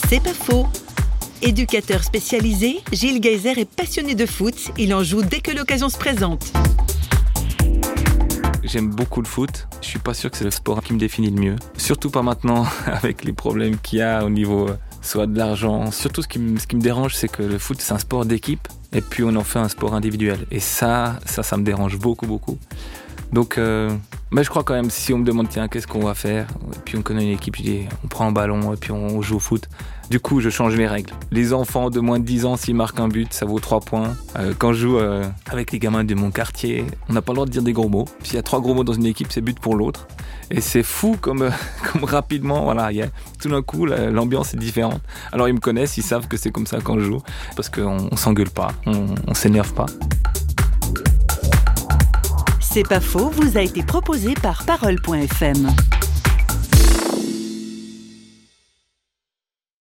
C'est pas faux. Éducateur spécialisé, Gilles Geyser est passionné de foot. Il en joue dès que l'occasion se présente. J'aime beaucoup le foot. Je suis pas sûr que c'est le sport qui me définit le mieux. Surtout pas maintenant, avec les problèmes qu'il y a au niveau soit de l'argent. Surtout ce qui me dérange, c'est que le foot, c'est un sport d'équipe. Et puis on en fait un sport individuel. Et ça me dérange beaucoup. Donc, mais je crois quand même, si on me demande, tiens, qu'est-ce qu'on va faire ? Et puis on connaît une équipe, je dis, on prend un ballon et puis on joue au foot. Du coup, je change les règles. Les enfants de moins de 10 ans, s'ils marquent un but, ça vaut 3 points. Quand je joue avec les gamins de mon quartier, on n'a pas le droit de dire des gros mots. S'il y a 3 gros mots dans une équipe, c'est but pour l'autre. Et c'est fou comme rapidement, voilà, tout d'un coup, l'ambiance est différente. Alors ils me connaissent, ils savent que c'est comme ça quand je joue. Parce qu'on s'engueule pas, on s'énerve pas. C'est pas faux, vous a été proposé par Parole.fm.